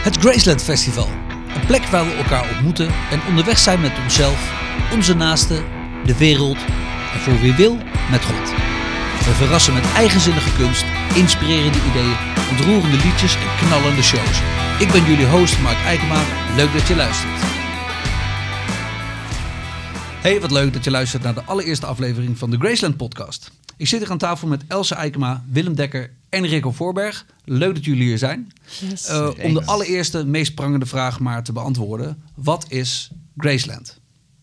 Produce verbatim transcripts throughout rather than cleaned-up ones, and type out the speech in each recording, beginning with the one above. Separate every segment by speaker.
Speaker 1: Het Graceland Festival. Een plek waar we elkaar ontmoeten en onderweg zijn met onszelf, onze naasten, de wereld en voor wie wil, met God. We verrassen met eigenzinnige kunst, inspirerende ideeën, ontroerende liedjes en knallende shows. Ik ben jullie host Mark Eikema. Leuk dat je luistert. Hey, wat leuk dat je luistert naar de allereerste aflevering van de Graceland podcast. Ik zit hier aan tafel met Elsa Eikema, Willem Dekker en Rico Voorberg. Leuk dat jullie hier zijn.
Speaker 2: Yes.
Speaker 1: Uh, om de allereerste, meest prangende vraag maar te beantwoorden. Wat is Graceland?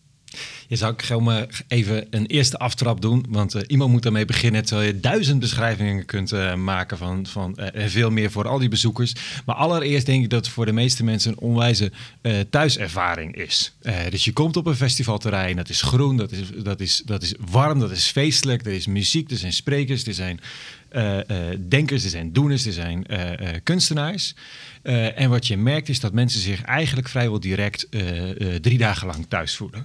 Speaker 3: Je zou ik gewoon even een eerste aftrap doen, want uh, iemand moet daarmee beginnen, terwijl je duizend beschrijvingen kunt uh, maken van, van uh, en veel meer voor al die bezoekers. Maar allereerst denk ik dat het voor de meeste mensen een onwijze uh, thuiservaring is. Uh, dus je komt op een festivalterrein, dat is groen, dat is, dat, is, dat is warm, dat is feestelijk, er is muziek, er zijn sprekers, er zijn uh, uh, denkers, er zijn doeners, er zijn uh, uh, kunstenaars. Uh, en wat je merkt is dat mensen zich eigenlijk vrijwel direct uh, uh, drie dagen lang thuis voelen.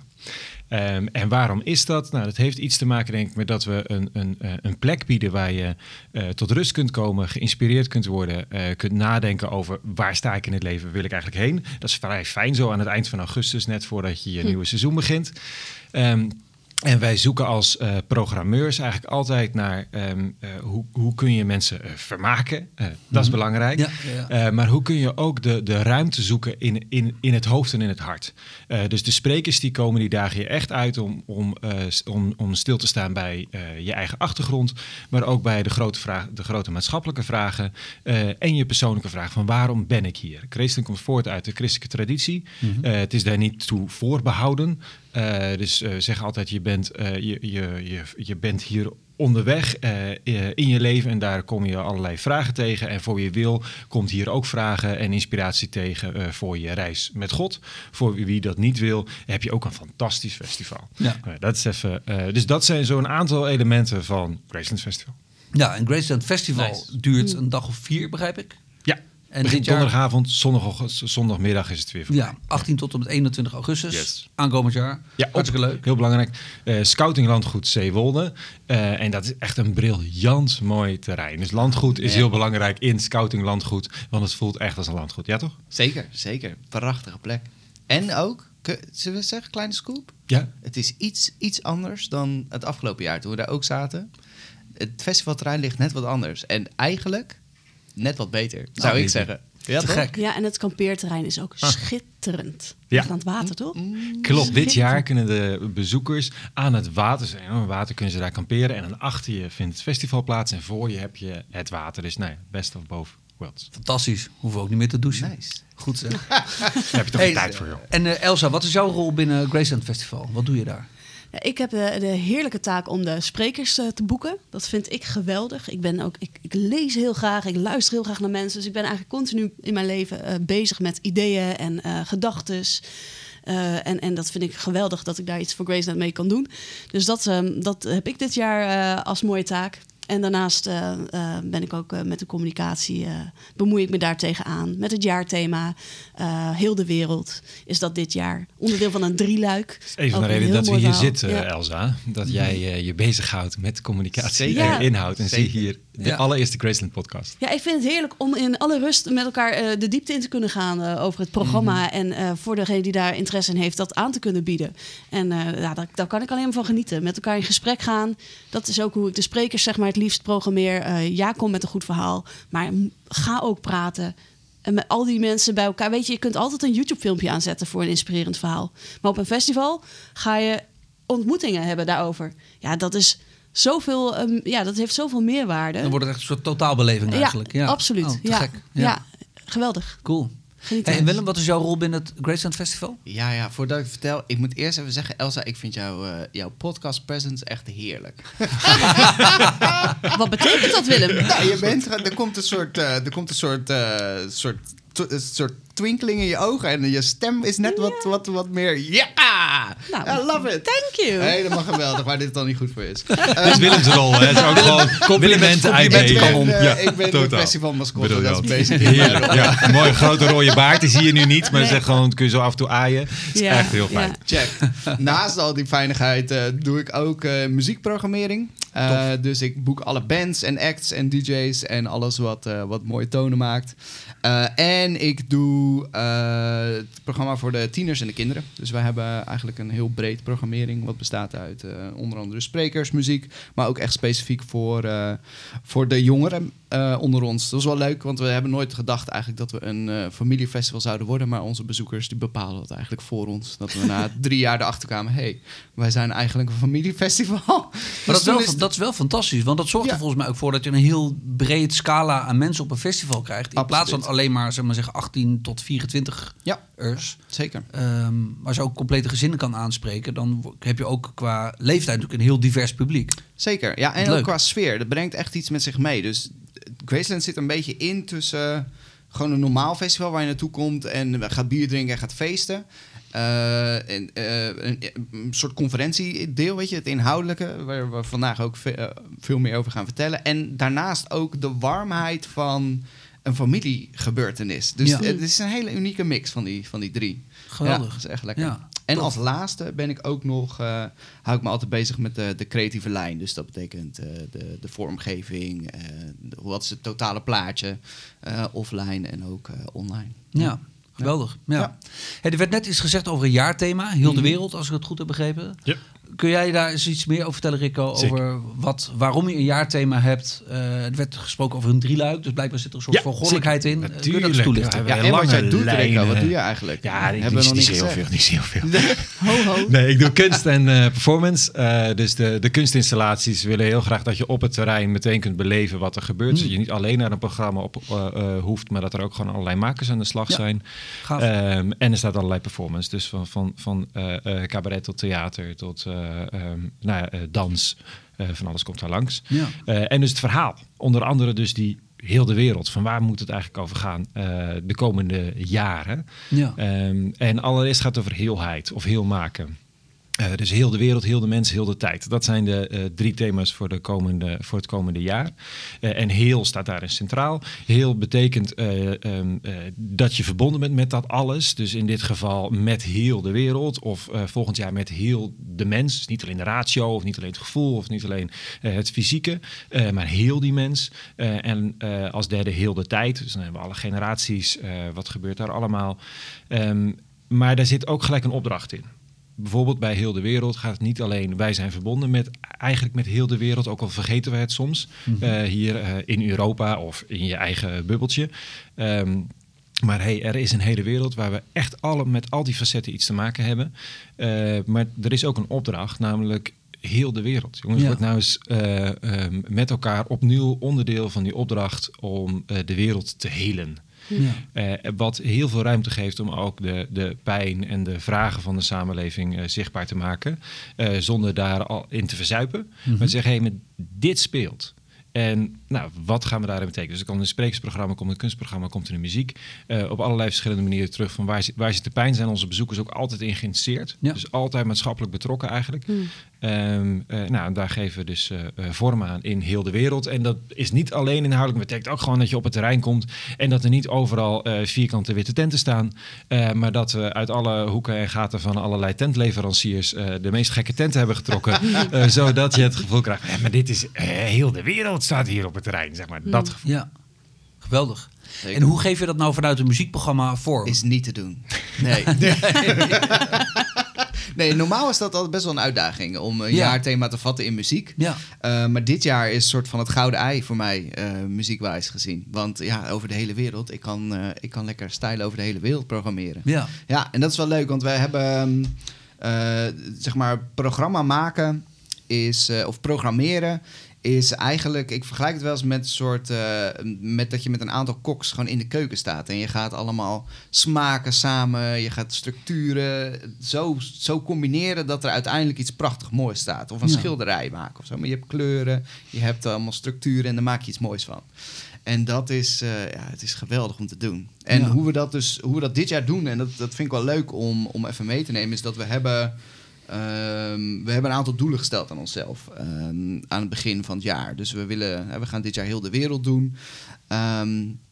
Speaker 3: Um, en waarom is dat? Nou, dat heeft iets te maken, denk ik, met dat we een, een, een plek bieden waar je uh, tot rust kunt komen, geïnspireerd kunt worden, uh, kunt nadenken over waar sta ik in het leven, wil ik eigenlijk heen. Dat is vrij fijn zo aan het eind van augustus, net voordat je je hm. nieuwe seizoen begint. Um, En wij zoeken als uh, programmeurs eigenlijk altijd naar um, uh, hoe, hoe kun je mensen uh, vermaken. Uh, dat mm-hmm. is belangrijk. Ja, ja, ja. Uh, maar hoe kun je ook de, de ruimte zoeken in, in, in het hoofd en in het hart. Uh, dus de sprekers die komen die dagen je echt uit om, om, uh, om, om stil te staan bij uh, je eigen achtergrond. Maar ook bij de grote, vraag, de grote maatschappelijke vragen. Uh, en je persoonlijke vraag van waarom ben ik hier? Christen komt voort uit de christelijke traditie. Mm-hmm. Uh, het is daar niet toe voorbehouden. Uh, dus uh, zeg altijd, je bent, uh, je, je, je, je bent hier onderweg uh, in je leven en daar kom je allerlei vragen tegen. En voor je wil komt hier ook vragen en inspiratie tegen uh, voor je reis met God. Voor wie dat niet wil, heb je ook een fantastisch festival. Ja. Uh, dat is even, uh, dus dat zijn zo'n aantal elementen van Graceland Festival.
Speaker 1: Ja, en Graceland Festival nice. duurt een dag of vier, begrijp ik?
Speaker 3: Ja. En dit jaar... donderdagavond, zondag, zondagmiddag is het weer voorbij.
Speaker 1: Ja, achttien tot en met eenentwintig augustus, yes. aankomend jaar.
Speaker 3: Ja,
Speaker 1: hartstikke leuk.
Speaker 3: Heel belangrijk. Uh, Scouting Landgoed Zeewolde. Uh, en dat is echt een briljant mooi terrein. Dus landgoed is ja. heel belangrijk in Scouting Landgoed, want het voelt echt als een landgoed. Ja, toch?
Speaker 2: Zeker, zeker. Prachtige plek. En ook, zullen we zeggen, kleine scoop?
Speaker 3: Ja.
Speaker 2: Het is iets, iets anders dan het afgelopen jaar, toen we daar ook zaten. Het festivalterrein ligt net wat anders. En eigenlijk... net wat beter, zou oh, ik zeggen.
Speaker 4: Ja, te gek. Ja, en het kampeerterrein is ook ah. schitterend. Ja. Ligt aan het water, toch?
Speaker 3: Mm. Klopt, dit jaar kunnen de bezoekers aan het water zijn. Aan het water kunnen ze daar kamperen. En dan achter je vindt het festival plaats. En voor je heb je het water. Dus nee, best of both worlds.
Speaker 1: Fantastisch. Hoeven we ook niet meer te douchen.
Speaker 2: Nice.
Speaker 1: Goed zeg.
Speaker 3: Daar heb je toch hey, tijd voor, joh.
Speaker 1: En uh, Elsa, wat is jouw rol binnen Graceland Festival? Wat doe je daar?
Speaker 4: Ja, ik heb de, de heerlijke taak om de sprekers uh, te boeken. Dat vind ik geweldig. Ik, ben ook, ik, ik lees heel graag, ik luister heel graag naar mensen. Dus ik ben eigenlijk continu in mijn leven uh, bezig met ideeën en uh, gedachtes. Uh, en, en dat vind ik geweldig dat ik daar iets voor Graceland mee kan doen. Dus dat, um, dat heb ik dit jaar uh, als mooie taak. En daarnaast uh, uh, ben ik ook uh, met de communicatie, uh, bemoei ik me daar tegenaan. Met het jaarthema, uh, heel de wereld is dat dit jaar. Onderdeel van een drieluik.
Speaker 3: Even de reden dat we hier zitten, ja. Elsa. Dat jij uh, je bezighoudt met communicatie ja. en inhoud. En Zeker. zie hier de ja. allereerste Graceland podcast.
Speaker 4: Ja, ik vind het heerlijk om in alle rust met elkaar uh, de diepte in te kunnen gaan uh, over het programma. Mm-hmm. En uh, voor degene die daar interesse in heeft, dat aan te kunnen bieden. En uh, ja, daar, daar kan ik alleen maar van genieten. Met elkaar in gesprek gaan. Dat is ook hoe ik de sprekers zeg maar het liefst programmeer. Uh, ja, kom met een goed verhaal. Maar ga ook praten. En met al die mensen bij elkaar. Weet je, je kunt altijd een YouTube-filmpje aanzetten voor een inspirerend verhaal. Maar op een festival ga je ontmoetingen hebben daarover. Ja, dat is zoveel. Um, ja, dat heeft zoveel meerwaarde.
Speaker 1: Dan wordt het echt een soort totaalbeleving eigenlijk.
Speaker 4: Ja, ja. absoluut. Oh, ja.
Speaker 1: Gek. Ja.
Speaker 4: ja, geweldig.
Speaker 1: Cool. Hey, en Willem, wat is jouw rol binnen het Graceland Festival?
Speaker 2: Ja, ja, voordat ik vertel, ik moet eerst even zeggen, Elsa, ik vind jou, uh, jouw podcast presence echt heerlijk.
Speaker 4: Wat betekent dat, Willem?
Speaker 2: Nou, je bent, er komt een soort, uh, er komt een soort, uh, soort, een soort twinkeling in je ogen en je stem is net wat, wat, wat meer. Ja, yeah! Nou, I love it.
Speaker 4: Thank you.
Speaker 2: Helemaal geweldig, waar dit dan niet goed voor is.
Speaker 3: Dit uh, is Willems rol, hè? Het is ook gewoon complimenten uitdelen.
Speaker 2: Uh, ja, ik ben de festivalmascotte, dat is basic in mijn rol.
Speaker 3: Ja, een mooie grote rode baard, die zie je nu niet, maar nee. zeg gewoon, kun je zo af en toe aaien. Dat is ja, echt heel fijn.
Speaker 2: Ja. Check. Naast al die fijnigheid uh, doe ik ook uh, muziekprogrammering. Uh, dus ik boek alle bands en acts en D J's en alles wat, uh, wat mooie tonen maakt. Uh, en ik doe uh, het programma voor de tieners en de kinderen. Dus wij hebben eigenlijk een heel breed programmering. Wat bestaat uit uh, onder andere sprekers, muziek. Maar ook echt specifiek voor, uh, voor de jongeren uh, onder ons. Dat is wel leuk, want we hebben nooit gedacht eigenlijk dat we een uh, familiefestival zouden worden. Maar onze bezoekers die bepalen dat eigenlijk voor ons. Dat we na drie jaar erachter kwamen. Hé, hey, wij zijn eigenlijk een familiefestival.
Speaker 1: Maar
Speaker 2: dus
Speaker 1: dat, is wel,
Speaker 2: is
Speaker 1: dat is wel fantastisch. Want dat zorgt
Speaker 2: ja.
Speaker 1: er volgens mij ook voor dat je een heel breed scala aan mensen op een festival krijgt. In
Speaker 2: Absoluut.
Speaker 1: plaats van alleen maar, zeg maar zeggen, achttien tot vierentwintig
Speaker 2: Ja,
Speaker 1: ers.
Speaker 2: zeker.
Speaker 1: Um, als je ook complete gezinnen kan aanspreken, dan heb je ook qua leeftijd natuurlijk een heel divers publiek.
Speaker 2: Zeker, ja. En
Speaker 1: Leuk.
Speaker 2: ook qua sfeer. Dat brengt echt iets met zich mee. Dus Graceland zit een beetje in tussen uh, gewoon een normaal festival waar je naartoe komt en gaat bier drinken en gaat feesten. Uh, en, uh, een, een soort conferentiedeel, weet je, het inhoudelijke, waar we vandaag ook ve- uh, veel meer over gaan vertellen. En daarnaast ook de warmheid van een familiegebeurtenis. Dus
Speaker 1: Ja.
Speaker 2: het is een hele unieke mix van die, van die drie.
Speaker 1: Geweldig.
Speaker 2: Ja, dat is echt lekker.
Speaker 1: Ja,
Speaker 2: en
Speaker 1: tof.
Speaker 2: als laatste ben ik ook nog, uh, hou ik me altijd bezig met de, de creatieve lijn. Dus dat betekent uh, de, de vormgeving, uh, de, wat is het totale plaatje, uh, offline en ook uh, online.
Speaker 1: Ja, geweldig. Ja.
Speaker 2: Ja.
Speaker 1: Hey, er werd net iets gezegd over een jaarthema, heel de
Speaker 2: Mhm.
Speaker 1: wereld, als ik het goed heb begrepen.
Speaker 3: Ja.
Speaker 1: Kun jij daar eens iets meer over vertellen, Rico?
Speaker 3: Zeker.
Speaker 1: Over wat, waarom je een jaarthema hebt? Uh, er werd gesproken over een drieluik, dus blijkbaar zit er een soort
Speaker 3: Ja,
Speaker 1: volgordelijkheid in. Uh, Kun je dat eens
Speaker 3: Natuurlijk.
Speaker 1: toelichten?
Speaker 3: Ja,
Speaker 2: Ja, en wat jij
Speaker 3: lange
Speaker 2: doet, Rico,
Speaker 3: lijnen.
Speaker 2: wat doe je eigenlijk?
Speaker 3: Ja, ik
Speaker 2: Hebben we nog
Speaker 3: niet,
Speaker 2: niet
Speaker 3: niet heel
Speaker 2: gezegd.
Speaker 3: veel, niet heel veel.
Speaker 4: Ho, ho.
Speaker 3: Nee, ik doe kunst en uh, performance. Uh, dus de, de kunstinstallaties willen heel graag dat je op het terrein meteen kunt beleven wat er gebeurt.
Speaker 1: Mm.
Speaker 3: Dus dat je niet alleen naar een programma op, uh, uh, hoeft, maar dat er ook gewoon allerlei makers aan de slag
Speaker 1: Ja.
Speaker 3: zijn.
Speaker 1: Gaaf.
Speaker 3: Um, en er staat allerlei performance. Dus van, van, van uh, uh, cabaret tot theater tot uh, um, nou ja, uh, dans. Uh, van alles komt daar langs.
Speaker 1: Ja.
Speaker 3: Uh, en dus het verhaal. Onder andere dus die heel de wereld. Van waar moet het eigenlijk over gaan uh, de komende jaren?
Speaker 1: Ja.
Speaker 3: Um, en allereerst gaat het over heelheid of heel maken. Uh, dus heel de wereld, heel de mens, heel de tijd. Dat zijn de uh, drie thema's voor, de komende, voor het komende jaar. Uh, en heel staat daarin centraal. Heel betekent uh, um, uh, dat je verbonden bent met dat alles. Dus in dit geval met heel de wereld. Of uh, volgend jaar met heel de mens. Dus niet alleen de ratio, of niet alleen het gevoel, of niet alleen uh, het fysieke. Uh, maar heel die mens. Uh, en uh, als derde heel de tijd. Dus dan hebben we alle generaties. Uh, wat gebeurt daar allemaal? Um, maar daar zit ook gelijk een opdracht in. Bijvoorbeeld bij heel de wereld gaat het niet alleen... wij zijn verbonden met eigenlijk met heel de wereld... ook al vergeten we het soms... Mm-hmm. uh, hier uh, in Europa of in je eigen bubbeltje. Um, maar hey, er is een hele wereld waar we echt alle, met al die facetten iets te maken hebben. Uh, maar er is ook een opdracht, namelijk... heel de wereld. Jongens,
Speaker 1: Ja.
Speaker 3: wordt nou eens uh, um, met elkaar opnieuw onderdeel van die opdracht... om uh, de wereld te helen. Ja. Uh, wat heel veel ruimte geeft om ook de, de pijn en de vragen van de samenleving uh, zichtbaar te maken. Uh, zonder daar al in te verzuipen. Mm-hmm. Maar te zeggen, hé, hey, dit speelt. En nou, wat gaan we daarin betekenen? Dus er komt een sprekersprogramma, komt een kunstprogramma, komt er een muziek. Uh, op allerlei verschillende manieren terug van waar, waar zit de pijn. Zijn onze bezoekers ook altijd in geïnteresseerd. Ja. Dus altijd maatschappelijk betrokken eigenlijk. Mm. Um, uh, nou, daar geven we dus uh, uh, vorm aan in heel de wereld. En dat is niet alleen inhoudelijk. Dat betekent ook gewoon dat je op het terrein komt. En dat er niet overal uh, vierkante witte tenten staan. Uh, maar dat we uit alle hoeken en gaten van allerlei tentleveranciers... Uh, de meest gekke tenten hebben getrokken. uh, zodat je het gevoel krijgt... Eh, maar dit is uh, heel de wereld staat hier op het terrein. Zeg maar, mm. dat gevoel.
Speaker 1: Ja, geweldig. Zeker. En hoe geef je dat nou vanuit een muziekprogramma vorm?
Speaker 2: Is niet te doen. Nee. nee. Nee, normaal is dat altijd best wel een uitdaging om een ja. jaarthema te vatten in muziek.
Speaker 1: Ja.
Speaker 2: Uh, maar dit jaar is een soort van het gouden ei voor mij, uh, muziekwijs gezien. Want ja, over de hele wereld, ik kan, uh, ik kan lekker stijlen over de hele wereld programmeren.
Speaker 1: Ja.
Speaker 2: Ja, en dat is wel leuk, want wij hebben, uh, zeg maar, programma maken is, uh, of programmeren... is eigenlijk, ik vergelijk het wel eens met een soort, uh, met dat je met een aantal koks gewoon in de keuken staat. En je gaat allemaal smaken samen, je gaat structuren zo, zo combineren dat er uiteindelijk iets prachtig moois staat. Of een ja. schilderij maken of zo. Maar je hebt kleuren, je hebt allemaal structuren en daar maak je iets moois van. En dat is, uh, ja, het is geweldig om te doen. En ja. hoe we dat dus, hoe we dat dit jaar doen, en dat, dat vind ik wel leuk om, om even mee te nemen, is dat we hebben... Um, we hebben een aantal doelen gesteld aan onszelf um, aan het begin van het jaar. Dus we willen, we gaan dit jaar heel de wereld doen. Um,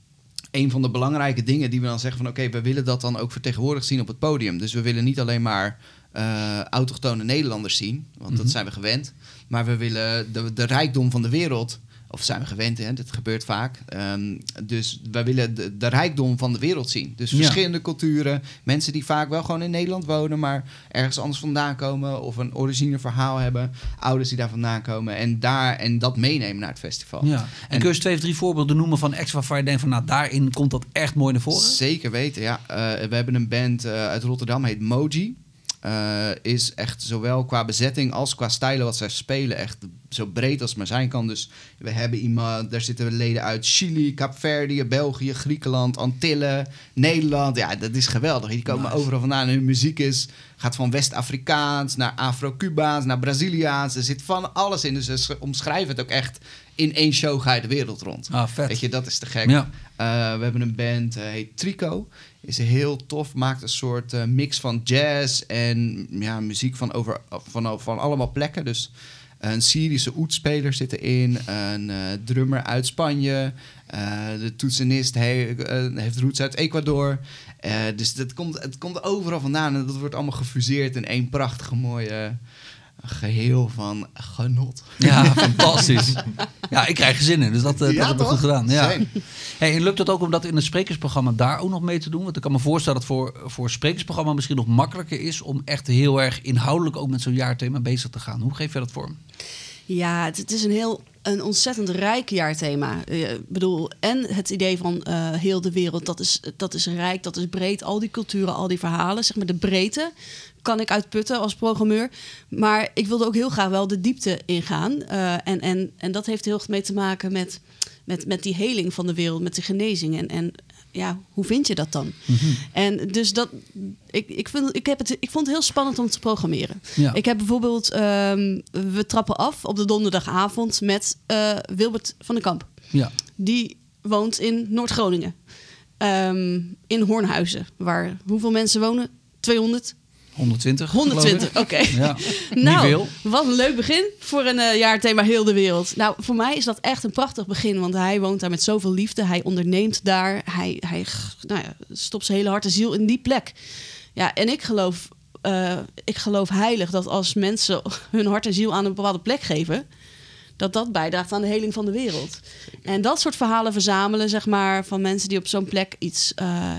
Speaker 2: een van de belangrijke dingen die we dan zeggen van... oké, okay, we willen dat dan ook vertegenwoordigd zien op het podium. Dus we willen niet alleen maar uh, autochtone Nederlanders zien, want mm-hmm. dat zijn we gewend. Maar we willen de, de rijkdom van de wereld... Of zijn we gewend, hè? Dit gebeurt vaak. Um, dus wij willen de, de rijkdom van de wereld zien. Dus verschillende ja. culturen. Mensen die vaak wel gewoon in Nederland wonen... maar ergens anders vandaan komen... of een origine verhaal hebben. Ouders die daar vandaan komen. En, daar, en dat meenemen naar het festival.
Speaker 1: Ja. En, en kun je eens twee of drie voorbeelden noemen van acts... waarvan je denkt van nou, daarin komt dat echt mooi naar voren?
Speaker 2: Zeker weten, ja. Uh, we hebben een band uh, uit Rotterdam, heet Moji. Uh, is echt zowel qua bezetting als qua stijlen wat zij spelen echt zo breed als het maar zijn kan. Dus we hebben iemand, daar zitten leden uit Chili, Kaapverdië, België, Griekenland, Antillen, Nederland. Ja, dat is geweldig. Die komen nice. overal vandaan en hun muziek is, gaat van West-Afrikaans naar Afro-Cubaans, naar Braziliaans. Er zit van alles in. Dus ze omschrijven het ook echt. In één show ga je de wereld rond.
Speaker 1: Ah, vet.
Speaker 2: Weet je, dat is te gek.
Speaker 1: Ja.
Speaker 2: Uh, we hebben een band, uh, heet Trico. Is heel tof, maakt een soort uh, mix van jazz en ja, muziek van, over, van, van allemaal plekken. Dus een Syrische oetspeler zit erin, een uh, drummer uit Spanje, uh, de toetsenist he, uh, heeft roots uit Ecuador. Uh, dus dat komt, het komt overal vandaan en dat wordt allemaal gefuseerd in één prachtige mooie... geheel van genot.
Speaker 1: Ja, fantastisch. Ja, ik krijg er zin in, dus dat, uh,
Speaker 2: ja,
Speaker 1: dat heb ik goed gedaan. Ja. Hey, en lukt het ook om dat in het sprekersprogramma daar ook nog mee te doen? Want ik kan me voorstellen dat voor, voor het sprekersprogramma misschien nog makkelijker is... om echt heel erg inhoudelijk ook met zo'n jaarthema bezig te gaan. Hoe geef je dat vorm?
Speaker 4: Ja, het, het is een heel een ontzettend rijk jaarthema. Uh, ik bedoel, en het idee van uh, heel de wereld, dat is, dat is rijk, dat is breed. Al die culturen, al die verhalen, zeg maar de breedte... kan ik uitputten als programmeur. Maar ik wilde ook heel graag wel de diepte ingaan. Uh, en, en, en dat heeft heel erg mee te maken met, met, met die heling van de wereld, met die genezing. En, en ja, hoe vind je dat dan? Mm-hmm. En dus dat, ik, ik, vind, ik, heb het, ik vond het heel spannend om te programmeren. Ja. Ik heb bijvoorbeeld, um, we trappen af op de donderdagavond met uh, Wilbert van den Kamp.
Speaker 1: Ja.
Speaker 4: Die woont in Noord-Groningen. Um, in Hoornhuizen, waar hoeveel mensen wonen? tweehonderd?
Speaker 1: honderdtwintig.
Speaker 4: honderdtwintig, oké. Okay.
Speaker 1: Ja.
Speaker 4: Nou,
Speaker 1: Niet veel.
Speaker 4: Wat een leuk begin voor een uh, jaarthema heel de wereld. Nou, voor mij is dat echt een prachtig begin, want hij woont daar met zoveel liefde. Hij onderneemt daar. Hij, hij nou ja, stopt zijn hele hart en ziel in die plek. Ja, en ik geloof, uh, ik geloof heilig dat als mensen hun hart en ziel aan een bepaalde plek geven, dat dat bijdraagt aan de heling van de wereld. En dat soort verhalen verzamelen, zeg maar, van mensen die op zo'n plek iets... Uh,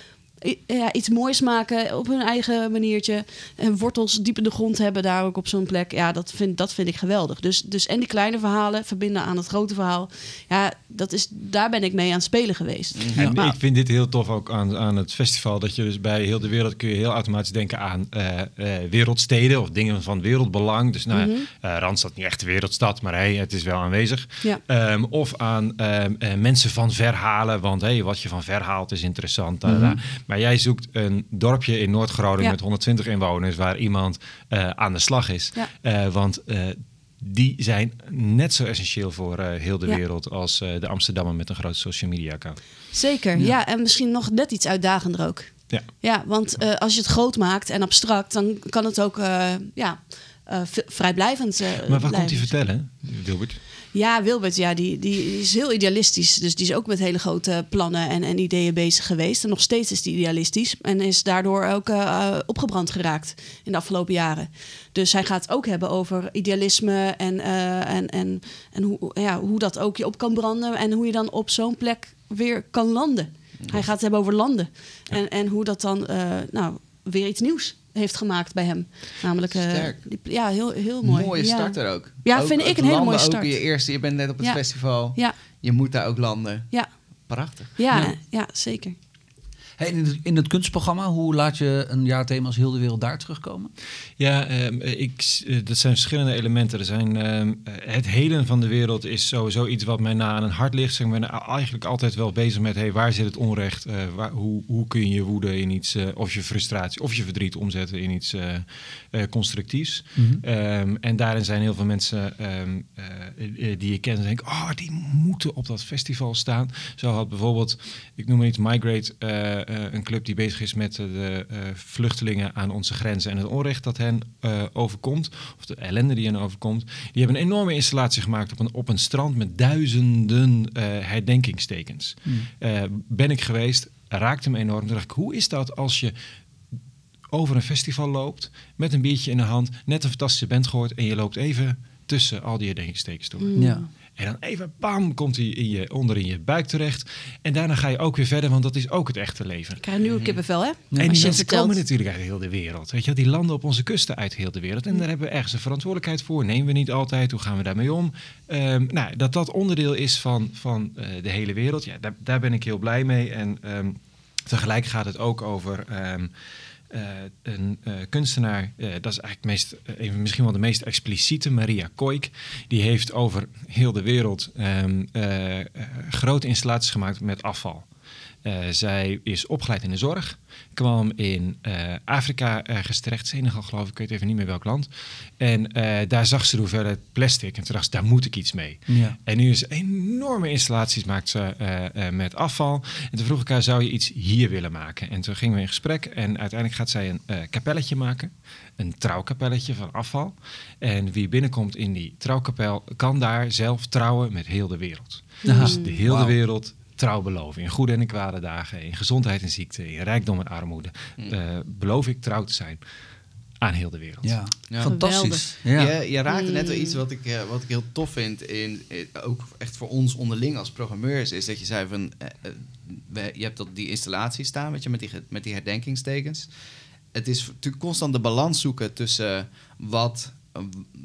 Speaker 4: Ja, iets moois maken op hun eigen maniertje. En wortels diep in de grond hebben daar ook op zo'n plek. Ja, dat vind, dat vind ik geweldig. Dus, dus en die kleine verhalen verbinden aan het grote verhaal. Ja, dat is, daar ben ik mee aan het spelen geweest.
Speaker 3: En
Speaker 4: maar,
Speaker 3: ik vind dit heel tof ook aan, aan het festival. Dat je dus bij heel de wereld kun je heel automatisch denken aan uh, uh, wereldsteden of dingen van wereldbelang. Dus nou, mm-hmm. uh, Randstad niet echt de wereldstad, maar hey, het is wel aanwezig.
Speaker 4: Ja.
Speaker 3: Um, of aan um, uh, mensen van ver halen. Want hey, wat je van ver haalt is interessant. Uh,
Speaker 1: Mm-hmm.
Speaker 3: Maar jij zoekt een dorpje in Noord-Groningen
Speaker 4: ja.
Speaker 3: met honderdtwintig inwoners waar iemand uh, aan de slag is.
Speaker 4: Ja.
Speaker 3: Uh, want uh, die zijn net zo essentieel voor uh, heel de
Speaker 4: ja.
Speaker 3: wereld als uh, de Amsterdammer met een groot social media account.
Speaker 4: Zeker, ja. ja. En misschien nog net iets uitdagender ook.
Speaker 3: Ja,
Speaker 4: ja want uh, als je het groot maakt en abstract, dan kan het ook uh, ja, uh, v- vrijblijvend uh,
Speaker 3: Maar wat
Speaker 4: blijven.
Speaker 3: komt hij vertellen, Wilbert?
Speaker 4: Ja, Wilbert, ja, die, die is heel idealistisch. Dus die is ook met hele grote plannen en, en ideeën bezig geweest. En nog steeds is die idealistisch. En is daardoor ook uh, opgebrand geraakt in de afgelopen jaren. Dus hij gaat het ook hebben over idealisme en, uh, en, en, en hoe, ja, hoe dat ook je op kan branden. En hoe je dan op zo'n plek weer kan landen. Ja. Hij gaat het hebben over landen. Ja. En, en hoe dat dan uh, nou, weer iets nieuws heeft gemaakt bij hem. Namelijk, uh, die, ja, heel, heel mooi.
Speaker 2: Mooie
Speaker 4: ja.
Speaker 2: start er ook.
Speaker 4: Ja,
Speaker 2: ook,
Speaker 4: vind ik een hele mooie start.
Speaker 2: Ook je eerste, je bent net op het
Speaker 4: ja.
Speaker 2: festival.
Speaker 4: Ja.
Speaker 2: Je moet daar ook landen.
Speaker 4: Ja.
Speaker 2: Prachtig.
Speaker 4: Ja,
Speaker 1: ja.
Speaker 4: ja zeker.
Speaker 1: Hey, in, het, in het kunstprogramma, hoe laat je een jaarthema als heel de wereld daar terugkomen?
Speaker 3: Ja, um, ik, uh, dat zijn verschillende elementen. Er zijn, um, het heden van de wereld is sowieso iets wat mij na aan het hart ligt. Ik ben eigenlijk altijd wel bezig met, hey, waar zit het onrecht? Uh, waar, hoe, hoe kun je je woede in iets, uh, of je frustratie, of je verdriet omzetten in iets uh, uh, constructiefs? Mm-hmm. Um, en daarin zijn heel veel mensen um, uh, die je kent en denken, oh, die moeten op dat festival staan. Zo had bijvoorbeeld, ik noem maar iets, Migrate... Uh, een club die bezig is met de uh, vluchtelingen aan onze grenzen en het onrecht dat hen uh, overkomt, of de ellende die hen overkomt. Die hebben een enorme installatie gemaakt op een, op een strand met duizenden uh, herdenkingstekens. Hmm. Uh, ben ik geweest, raakte me enorm. Toen dacht ik, hoe is dat als je over een festival loopt met een biertje in de hand, net een fantastische band gehoord en je loopt even tussen al die herdenkingstekens door.
Speaker 4: Mm.
Speaker 3: Ja. En dan even, bam, komt hij in je, onder in je buik terecht. En daarna ga je ook weer verder, want dat is ook het echte leven.
Speaker 4: Ik krijg nu een kippenvel, hè?
Speaker 3: Ja. En die mensen vertelt. komen natuurlijk uit heel de wereld. Weet je, die landen op onze kusten uit heel de wereld. En mm. daar hebben we ergens een verantwoordelijkheid voor. Nemen we niet altijd, hoe gaan we daarmee om? Um, nou, dat dat onderdeel is van, van uh, de hele wereld, ja, daar, daar ben ik heel blij mee. En um, tegelijk gaat het ook over... Um, Uh, een uh, kunstenaar, uh, dat is eigenlijk meest, uh, even, misschien wel de meest expliciete, Maria Koik. Die heeft over heel de wereld um, uh, uh, grote installaties gemaakt met afval. Uh, zij is opgeleid in de zorg, kwam in uh, Afrika ergens terecht, Senegal geloof ik, ik weet even niet meer welk land. En uh, daar zag ze de hoeveelheid plastic en toen dacht ze, daar moet ik iets mee. Ja. En nu is ze enorme installaties maakt ze uh, uh, met afval. En toen vroeg ik haar, zou je iets hier willen maken? En toen gingen we in gesprek en uiteindelijk gaat zij een uh, kapelletje maken. Een trouwkapelletje van afval. En wie binnenkomt in die trouwkapel kan daar zelf trouwen met heel de wereld. Mm. Dus de hele wow. wereld trouw beloven. In goede en in kwade dagen, in gezondheid en ziekte, in rijkdom en armoede. Mm. Uh, beloof ik trouw te zijn aan heel de wereld.
Speaker 2: Ja, ja. Fantastisch. Ja. Je, je raakte net wel iets wat ik, uh, wat ik heel tof vind, in, in, ook echt voor ons onderling als programmeurs, is dat je zei van, uh, we, je hebt dat, die installatie staan, weet je, met die, met die herdenkingstekens. Het is natuurlijk constant de balans zoeken tussen wat, uh,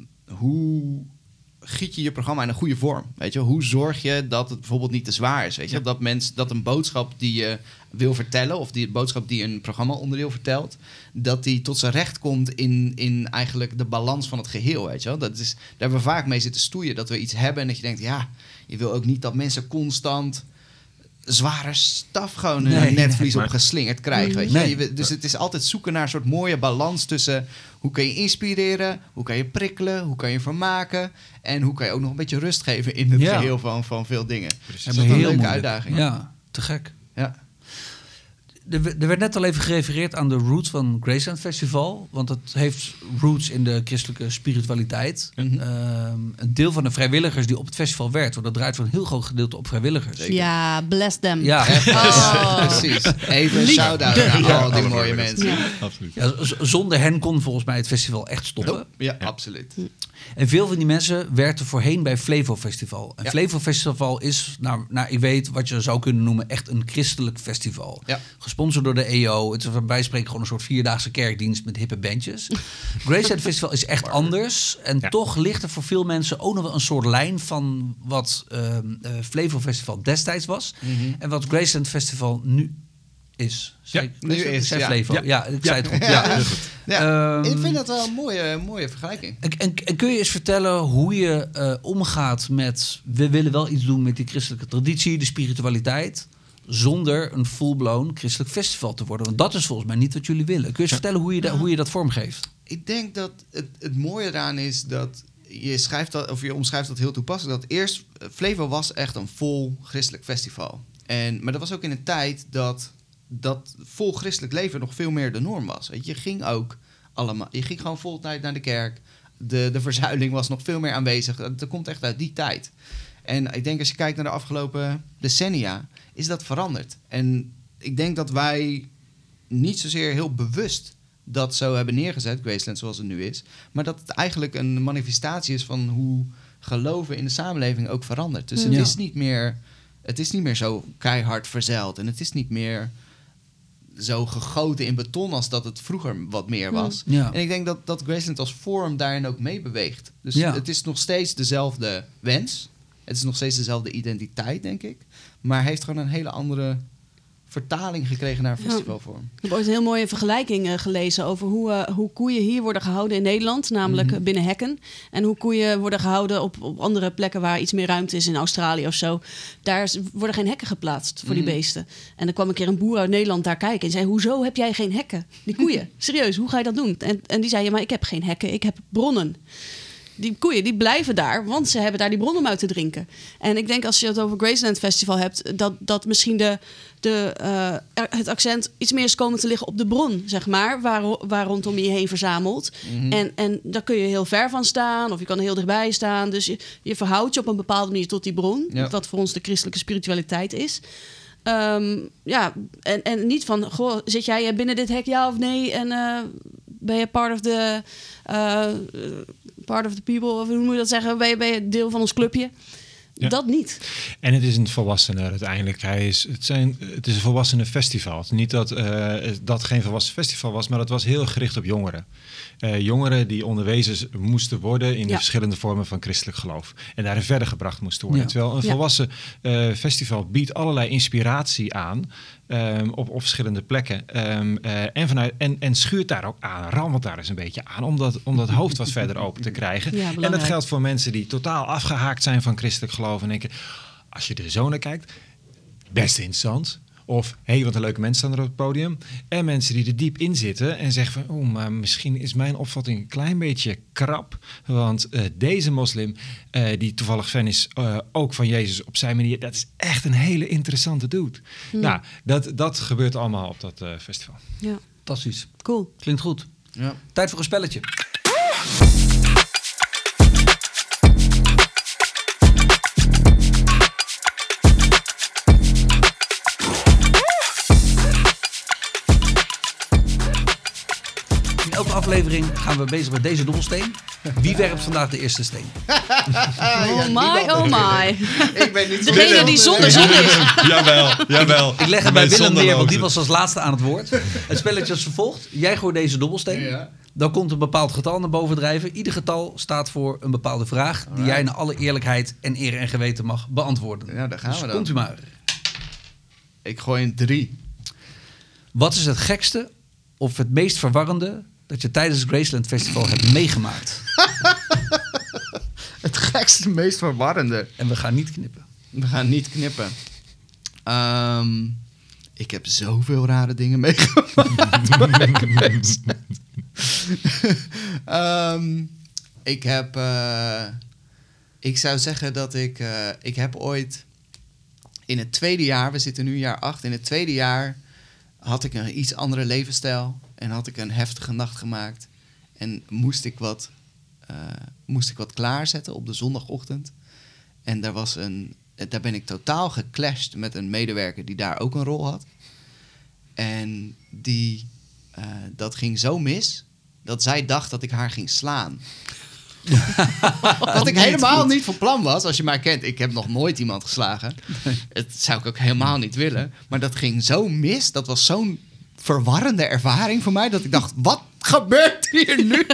Speaker 2: hoe giet je je programma in een goede vorm. Weet je, hoe zorg je dat het bijvoorbeeld niet te zwaar is? Weet je, ja. dat mensen dat een boodschap die je wil vertellen, of die boodschap die een programma onderdeel vertelt, dat die tot zijn recht komt in, in eigenlijk de balans van het geheel. Weet je wel? Dat is, daar hebben we vaak mee zitten stoeien, dat we iets hebben en dat je denkt, ja, je wil ook niet dat mensen constant zware staf gewoon nee, een netvlies nee, op geslingerd krijgen. Weet je? Nee. je? Dus het is altijd zoeken naar een soort mooie balans tussen hoe kan je inspireren, hoe kan je prikkelen, hoe kan je vermaken en hoe kan je ook nog een beetje rust geven in het ja. geheel van, van veel dingen.
Speaker 1: Dus
Speaker 2: dat is een
Speaker 1: heel
Speaker 2: leuke
Speaker 1: moeilijk.
Speaker 2: uitdaging.
Speaker 1: Ja, te gek.
Speaker 2: Ja.
Speaker 1: Er, er werd net al even gerefereerd aan de roots van Graceland Festival. Want het heeft roots in de christelijke spiritualiteit. Mm-hmm. Um, een deel van de vrijwilligers die op het festival werkt, want dat draait voor een heel groot gedeelte op vrijwilligers.
Speaker 4: Zeker. Ja, bless them.
Speaker 1: Ja,
Speaker 2: oh. Precies. Even een shout-out aan
Speaker 1: ja,
Speaker 2: al die mooie mensen.
Speaker 4: Ja.
Speaker 3: Absoluut.
Speaker 1: Ja, z- zonder hen kon volgens mij het festival echt stoppen.
Speaker 2: Oh, ja, ja, absoluut.
Speaker 1: En veel van die mensen werkten voorheen bij Flevo Festival. En
Speaker 2: ja.
Speaker 1: Flevo Festival is, nou, nou, ik weet wat je zou kunnen noemen, echt een christelijk festival. Ja. Gesponsord door de E O. Het is bij spreken gewoon een soort vierdaagse kerkdienst met hippe bandjes. Graceland Festival is echt anders. En ja. toch ligt er voor veel mensen ook nog wel een soort lijn van wat uh, uh, Flevo Festival destijds was. Mm-hmm. En wat Graceland Festival nu is.
Speaker 2: Ja, nu is,
Speaker 1: zei
Speaker 2: ja.
Speaker 1: Flevo. Ja. ja, ik ja. zei het goed.
Speaker 2: Ja.
Speaker 1: Ja.
Speaker 2: Ja. Um, ik vind dat wel een mooie, mooie vergelijking.
Speaker 1: En, en, en kun je eens vertellen hoe je uh, omgaat met, we willen wel iets doen met die christelijke traditie, de spiritualiteit, zonder een full-blown christelijk festival te worden? Want dat is volgens mij niet wat jullie willen. Kun je eens ja. vertellen hoe je, da, hoe je dat vormgeeft?
Speaker 2: Ik denk dat het, het mooie eraan is dat je schrijft dat, of je omschrijft dat heel toepasselijk, dat eerst Flevo was echt een vol christelijk festival. En, maar dat was ook in een tijd dat dat vol christelijk leven nog veel meer de norm was. Weet je, je ging ook allemaal, je ging gewoon vol tijd naar de kerk. De, de verzuiling was nog veel meer aanwezig. Dat komt echt uit die tijd. En ik denk als je kijkt naar de afgelopen decennia, is dat veranderd. En ik denk dat wij niet zozeer heel bewust dat zo hebben neergezet, Graceland zoals het nu is, maar dat het eigenlijk een manifestatie is van hoe geloven in de samenleving ook verandert. Dus het, ja. is niet meer, het is niet meer zo keihard verzeild en het is niet meer zo gegoten in beton als dat het vroeger wat meer was. Ja. En ik denk dat, dat Graceland als vorm daarin ook meebeweegt. Dus ja. het is nog steeds dezelfde wens. Het is nog steeds dezelfde identiteit, denk ik. Maar heeft gewoon een hele andere vertaling gekregen naar festivalvorm.
Speaker 4: Ik heb ooit een heel mooie vergelijking uh, gelezen over hoe, uh, hoe koeien hier worden gehouden in Nederland, namelijk mm-hmm. binnen hekken. En hoe koeien worden gehouden op, op andere plekken waar iets meer ruimte is, in Australië of zo. Daar is, worden geen hekken geplaatst voor mm-hmm. die beesten. En dan kwam een keer een boer uit Nederland daar kijken en zei, hoezo heb jij geen hekken? Die koeien. Serieus, hoe ga je dat doen? En, en die zei, ja, maar ik heb geen hekken, ik heb bronnen. Die koeien die blijven daar, want ze hebben daar die bron om uit te drinken. En ik denk als je het over Graceland Festival hebt, dat, dat misschien de, de, uh, het accent iets meer is komen te liggen op de bron, zeg maar, waar, waar rondom je heen verzamelt. Mm-hmm. En, en daar kun je heel ver van staan, of je kan er heel dichtbij staan. Dus je, je verhoudt je op een bepaalde manier tot die bron, ja. wat voor ons de christelijke spiritualiteit is. Um, ja, en, en niet van, goh, zit jij binnen dit hek, ja of nee? En uh, ben je part of the uh, part of the people, of hoe moet je dat zeggen? Ben je, ben je deel van ons clubje? Ja. Dat niet.
Speaker 3: En het is een volwassene uiteindelijk. Hij is, het, zijn, het is een volwassene festival. Niet dat uh, dat geen volwassen festival was, maar dat was heel gericht op jongeren. Uh, jongeren die onderwezen moesten worden in de ja. verschillende vormen van christelijk geloof. En daarin verder gebracht moesten worden. Ja. Terwijl een volwassen uh, festival biedt allerlei inspiratie aan. Um, op, op verschillende plekken. Um, uh, en, vanuit, en, en schuurt daar ook aan. Rammelt daar eens een beetje aan. Om dat, om dat hoofd wat verder open te krijgen. Ja, en dat geldt voor mensen die totaal afgehaakt zijn van christelijk geloof. En denken, als je er zo naar kijkt, best interessant. Of, hé, hey, wat een leuke mensen staan er op het podium. En mensen die er diep in zitten en zeggen van, oh, maar misschien is mijn opvatting een klein beetje krap. Want uh, deze moslim, uh, die toevallig fan is, uh, ook van Jezus op zijn manier, dat is echt een hele interessante dude. Hmm. Nou, dat, dat gebeurt allemaal op dat uh, festival.
Speaker 4: Ja.
Speaker 1: Fantastisch.
Speaker 4: Cool.
Speaker 1: Klinkt goed.
Speaker 2: Ja.
Speaker 1: Tijd voor een spelletje. In elke aflevering gaan we bezig met deze dobbelsteen. Wie werpt vandaag de eerste steen?
Speaker 4: Oh my, oh my.
Speaker 2: Ik ben niet
Speaker 4: Degene
Speaker 2: Willem.
Speaker 4: die zonder zon is.
Speaker 3: Jawel, jawel.
Speaker 1: Ik leg het bij Willem neer, want die was als laatste aan het woord. Het spelletje is vervolgd. Jij gooit deze dobbelsteen. Ja. Dan komt een bepaald getal naar boven drijven. Ieder getal staat voor een bepaalde vraag... die Alright. jij in alle eerlijkheid en eer en geweten mag beantwoorden.
Speaker 2: Ja, daar gaan
Speaker 1: dus
Speaker 2: we dan.
Speaker 1: Komt u maar.
Speaker 2: Ik gooi een drie.
Speaker 1: Wat is het gekste of het meest verwarrende... dat je tijdens het Graceland Festival hebt meegemaakt?
Speaker 2: Het gekste, meest verwarrende.
Speaker 1: En we gaan niet knippen.
Speaker 2: We gaan niet knippen. Um, ik heb zoveel rare dingen meegemaakt. um, ik heb... Uh, ik zou zeggen dat ik... Uh, ik heb ooit... In het tweede jaar... We zitten nu jaar acht. In het tweede jaar had ik een iets andere levensstijl. En had ik een heftige nacht gemaakt. En moest ik wat, uh, moest ik wat klaarzetten op de zondagochtend. En daar, was een, daar ben ik totaal geclashed met een medewerker die daar ook een rol had. En die, uh, dat ging zo mis dat zij dacht dat ik haar ging slaan. Wat ik helemaal niet van plan was. Als je mij kent, ik heb nog nooit iemand geslagen. Dat zou ik ook helemaal niet willen. Maar dat ging zo mis. Dat was zo'n verwarrende ervaring voor mij, dat ik dacht, wat gebeurt hier nu?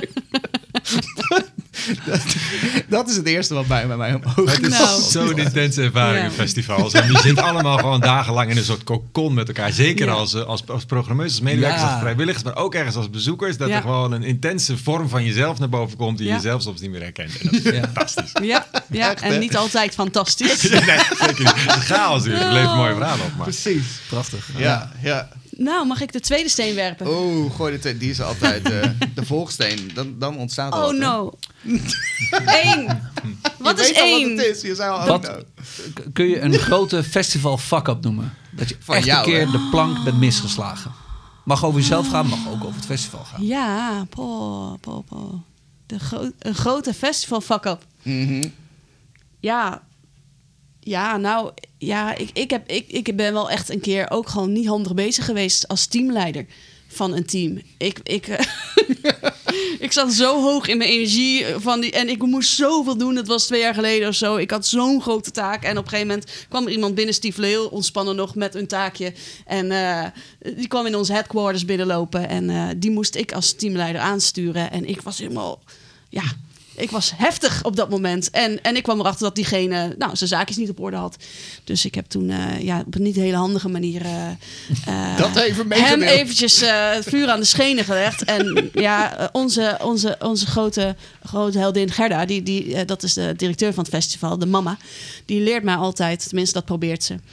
Speaker 2: dat, dat is het eerste wat bij mij omhoog is.
Speaker 3: Het is nou. zo'n intense ervaring, ja. festivals. En je zit allemaal gewoon dagenlang in een soort cocon met elkaar. Zeker ja. als, als, als programmeurs, als medewerkers, ja. als vrijwilligers, maar ook ergens als bezoekers. Dat ja. er gewoon een intense vorm van jezelf naar boven komt die ja. je zelf soms niet meer herkent. En dat is ja. fantastisch.
Speaker 4: Ja, ja. Echt, en niet altijd fantastisch.
Speaker 3: nee, zeker niet. Het is chaos hier. Er leeft mooie verhalen op. Maar.
Speaker 2: Precies.
Speaker 1: Prachtig.
Speaker 2: Ja, ja. ja.
Speaker 4: Nou, mag ik de tweede steen werpen?
Speaker 2: Oh, gooi de tweede. Die is altijd uh, de volgsteen. Dan, dan ontstaat er
Speaker 4: Oh,
Speaker 2: wat,
Speaker 4: no. Eén. Wat is één?
Speaker 2: Wat het is. Je zei al,
Speaker 1: wat,
Speaker 2: oh, no.
Speaker 1: Kun je een grote festival fuck-up noemen? Dat je Van echt jou, een keer hè? de plank bent misgeslagen. Mag over jezelf gaan, mag ook over het festival gaan.
Speaker 4: Ja, po, po, po. De gro- een grote festival fuck-up.
Speaker 2: Mm-hmm.
Speaker 4: Ja... Ja, nou, ja, ik, ik, heb, ik, ik ben wel echt een keer ook gewoon niet handig bezig geweest als teamleider van een team. Ik, ik, uh, ik zat zo hoog in mijn energie van die, en ik moest zoveel doen. Dat was twee jaar geleden of zo. Ik had zo'n grote taak en op een gegeven moment kwam er iemand binnen, stiefelen, heel ontspannen nog met een taakje. En uh, die kwam in onze headquarters binnenlopen en uh, die moest ik als teamleider aansturen. En ik was helemaal, ja... Ik was heftig op dat moment. En, en ik kwam erachter dat diegene nou, zijn zaakjes niet op orde had. Dus ik heb toen uh, ja, op een niet hele handige manier... Uh, uh,
Speaker 2: dat even
Speaker 4: hem eventjes uh, het vuur aan de schenen gelegd. En ja, onze, onze, onze grote, grote heldin Gerda... Die, die, uh, dat is de directeur van het festival, de mama... die leert mij altijd, tenminste dat probeert ze...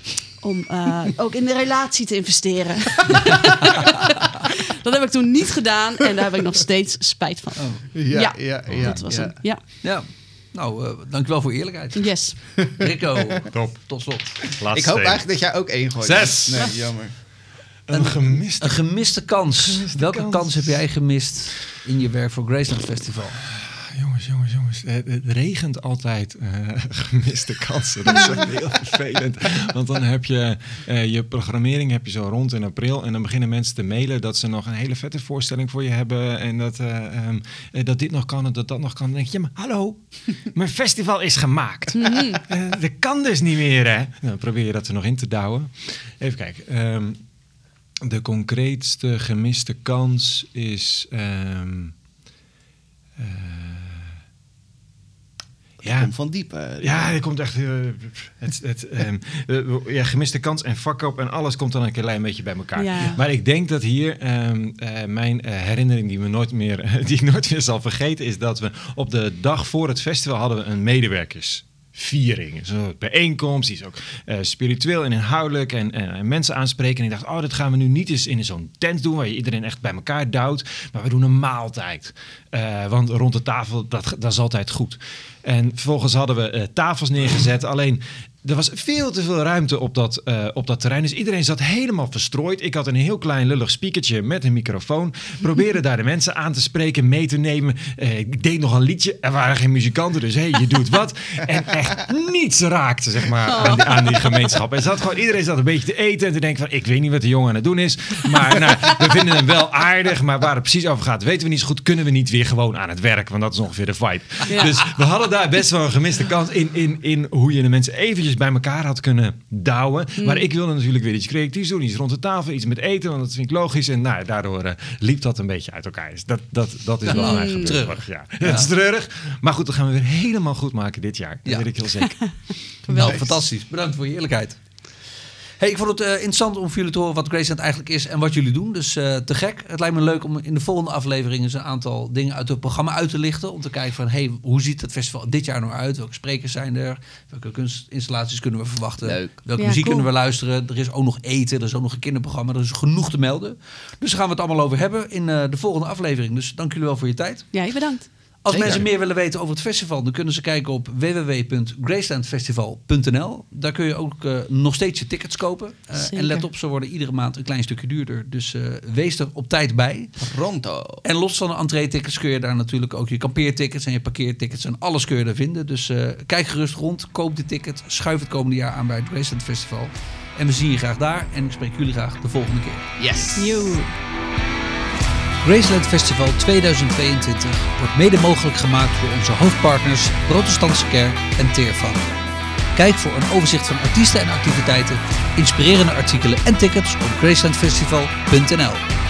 Speaker 4: om uh, ook in de relatie te investeren. Dat heb ik toen niet gedaan en daar heb ik nog steeds spijt van.
Speaker 2: Oh. Ja, ja, ja, ja,
Speaker 4: dat was
Speaker 2: ja.
Speaker 4: hem. Ja.
Speaker 1: Ja. Nou, uh, dankjewel voor je eerlijkheid.
Speaker 4: Yes.
Speaker 1: Rico,
Speaker 3: Top.
Speaker 1: tot slot.
Speaker 3: Laatste
Speaker 2: Ik hoop
Speaker 3: steen.
Speaker 2: eigenlijk dat jij ook één gooit.
Speaker 3: Zes.
Speaker 2: Nee, jammer.
Speaker 3: Een gemiste
Speaker 1: Een gemiste kans.
Speaker 3: Gemiste
Speaker 1: Welke
Speaker 3: kans.
Speaker 1: kans heb jij gemist in je werk voor Graceland Festival?
Speaker 3: Jongens, jongens, jongens. Het, het regent altijd uh, gemiste kansen. Dat is echt heel vervelend. Want dan heb je uh, je programmering heb je zo rond in april. En dan beginnen mensen te mailen dat ze nog een hele vette voorstelling voor je hebben. En dat, uh, um, dat dit nog kan en dat dat nog kan. Dan denk je, ja, maar hallo, mijn festival is gemaakt. uh, dat kan dus niet meer, hè? Dan probeer je dat er nog in te douwen. Even kijken. Um, de concreetste gemiste kans is... Um, uh,
Speaker 2: Ja. Komt van diep. Uh,
Speaker 3: Ja, er komt echt... Uh, het, het, um, uh, ja, gemiste kans en fuck-up en alles komt dan een klein beetje bij elkaar.
Speaker 4: Ja.
Speaker 3: Maar ik denk dat hier um, uh, mijn uh, herinnering die, me nooit meer, uh, die ik nooit meer zal vergeten... is dat we op de dag voor het festival hadden we een medewerkers... viering, zo'n bijeenkomst, die is ook uh, spiritueel en inhoudelijk en, en, en mensen aanspreken. En ik dacht, oh, dat gaan we nu niet eens in zo'n tent doen waar je iedereen echt bij elkaar duwt, maar we doen een maaltijd. Uh, want rond de tafel, dat, dat is altijd goed. En vervolgens hadden we uh, tafels neergezet, alleen... Er was veel te veel ruimte op dat, uh, op dat terrein. Dus iedereen zat helemaal verstrooid. Ik had een heel klein lullig speakertje met een microfoon. Probeerde daar de mensen aan te spreken, mee te nemen. Uh, ik deed nog een liedje. Er waren geen muzikanten, dus hé, hey, je doet wat. En echt niets raakte, zeg maar, aan die, aan die gemeenschap. En zat gewoon, iedereen zat een beetje te eten. En te denken van, ik weet niet wat de jongen aan het doen is. Maar nou, we vinden hem wel aardig. Maar waar het precies over gaat, weten we niet zo goed. Kunnen we niet weer gewoon aan het werk? Want dat is ongeveer de vibe.
Speaker 4: Ja.
Speaker 3: Dus we hadden daar best wel een gemiste kans in, in, in hoe je de mensen eventjes bij elkaar had kunnen douwen. Mm. Maar ik wilde natuurlijk weer iets creatiefs doen. Iets rond de tafel, iets met eten, want dat vind ik logisch. En nou, daardoor uh, liep dat een beetje uit elkaar. Dus dat, dat, dat is
Speaker 1: Ja,
Speaker 3: wel
Speaker 1: mm.
Speaker 3: eigenlijk
Speaker 1: Treurig.
Speaker 3: Ja.
Speaker 1: Ja.
Speaker 3: Het is treurig. Maar goed, dat gaan we weer helemaal goed maken dit jaar. Dat
Speaker 1: Ja.
Speaker 3: weet ik heel zeker.
Speaker 1: Nou, fantastisch. Bedankt voor je eerlijkheid. Hey, ik vond het uh, interessant om voor jullie te horen wat Graceland eigenlijk is en wat jullie doen. Dus uh, te gek. Het lijkt me leuk om in de volgende aflevering eens een aantal dingen uit het programma uit te lichten. Om te kijken van, hey, hoe ziet het festival dit jaar nou uit? Welke sprekers zijn er? Welke kunstinstallaties kunnen we verwachten?
Speaker 2: Leuk.
Speaker 1: Welke
Speaker 4: Ja,
Speaker 1: muziek
Speaker 4: cool.
Speaker 1: kunnen we luisteren? Er is ook nog eten, er is ook nog een kinderprogramma. Er is genoeg te melden. Dus daar gaan we het allemaal over hebben in uh, de volgende aflevering. Dus dank jullie wel voor je tijd.
Speaker 4: Jij bedankt.
Speaker 1: Als
Speaker 2: Zeker.
Speaker 1: mensen meer willen weten over het festival, dan kunnen ze kijken op w w w punt gracelandfestival punt n l. Daar kun je ook uh, nog steeds je tickets kopen. Uh,
Speaker 4: Zeker.
Speaker 1: en let op, ze worden iedere maand een klein stukje duurder. Dus uh, wees er op tijd bij.
Speaker 2: Pronto.
Speaker 1: En los van de entree-tickets kun je daar natuurlijk ook je kampeertickets en je parkeertickets en alles kun je daar vinden. Dus uh, kijk gerust rond, koop de ticket, schuif het komende jaar aan bij het Graceland Festival. En we zien je graag daar en ik spreek jullie graag de volgende keer.
Speaker 2: Yes.
Speaker 4: Yo.
Speaker 1: Graceland Festival tweeduizend tweeëntwintig wordt mede mogelijk gemaakt door onze hoofdpartners Protestantse Kerk en Teervan. Kijk voor een overzicht van artiesten en activiteiten, inspirerende artikelen en tickets op gracelandfestival punt n l.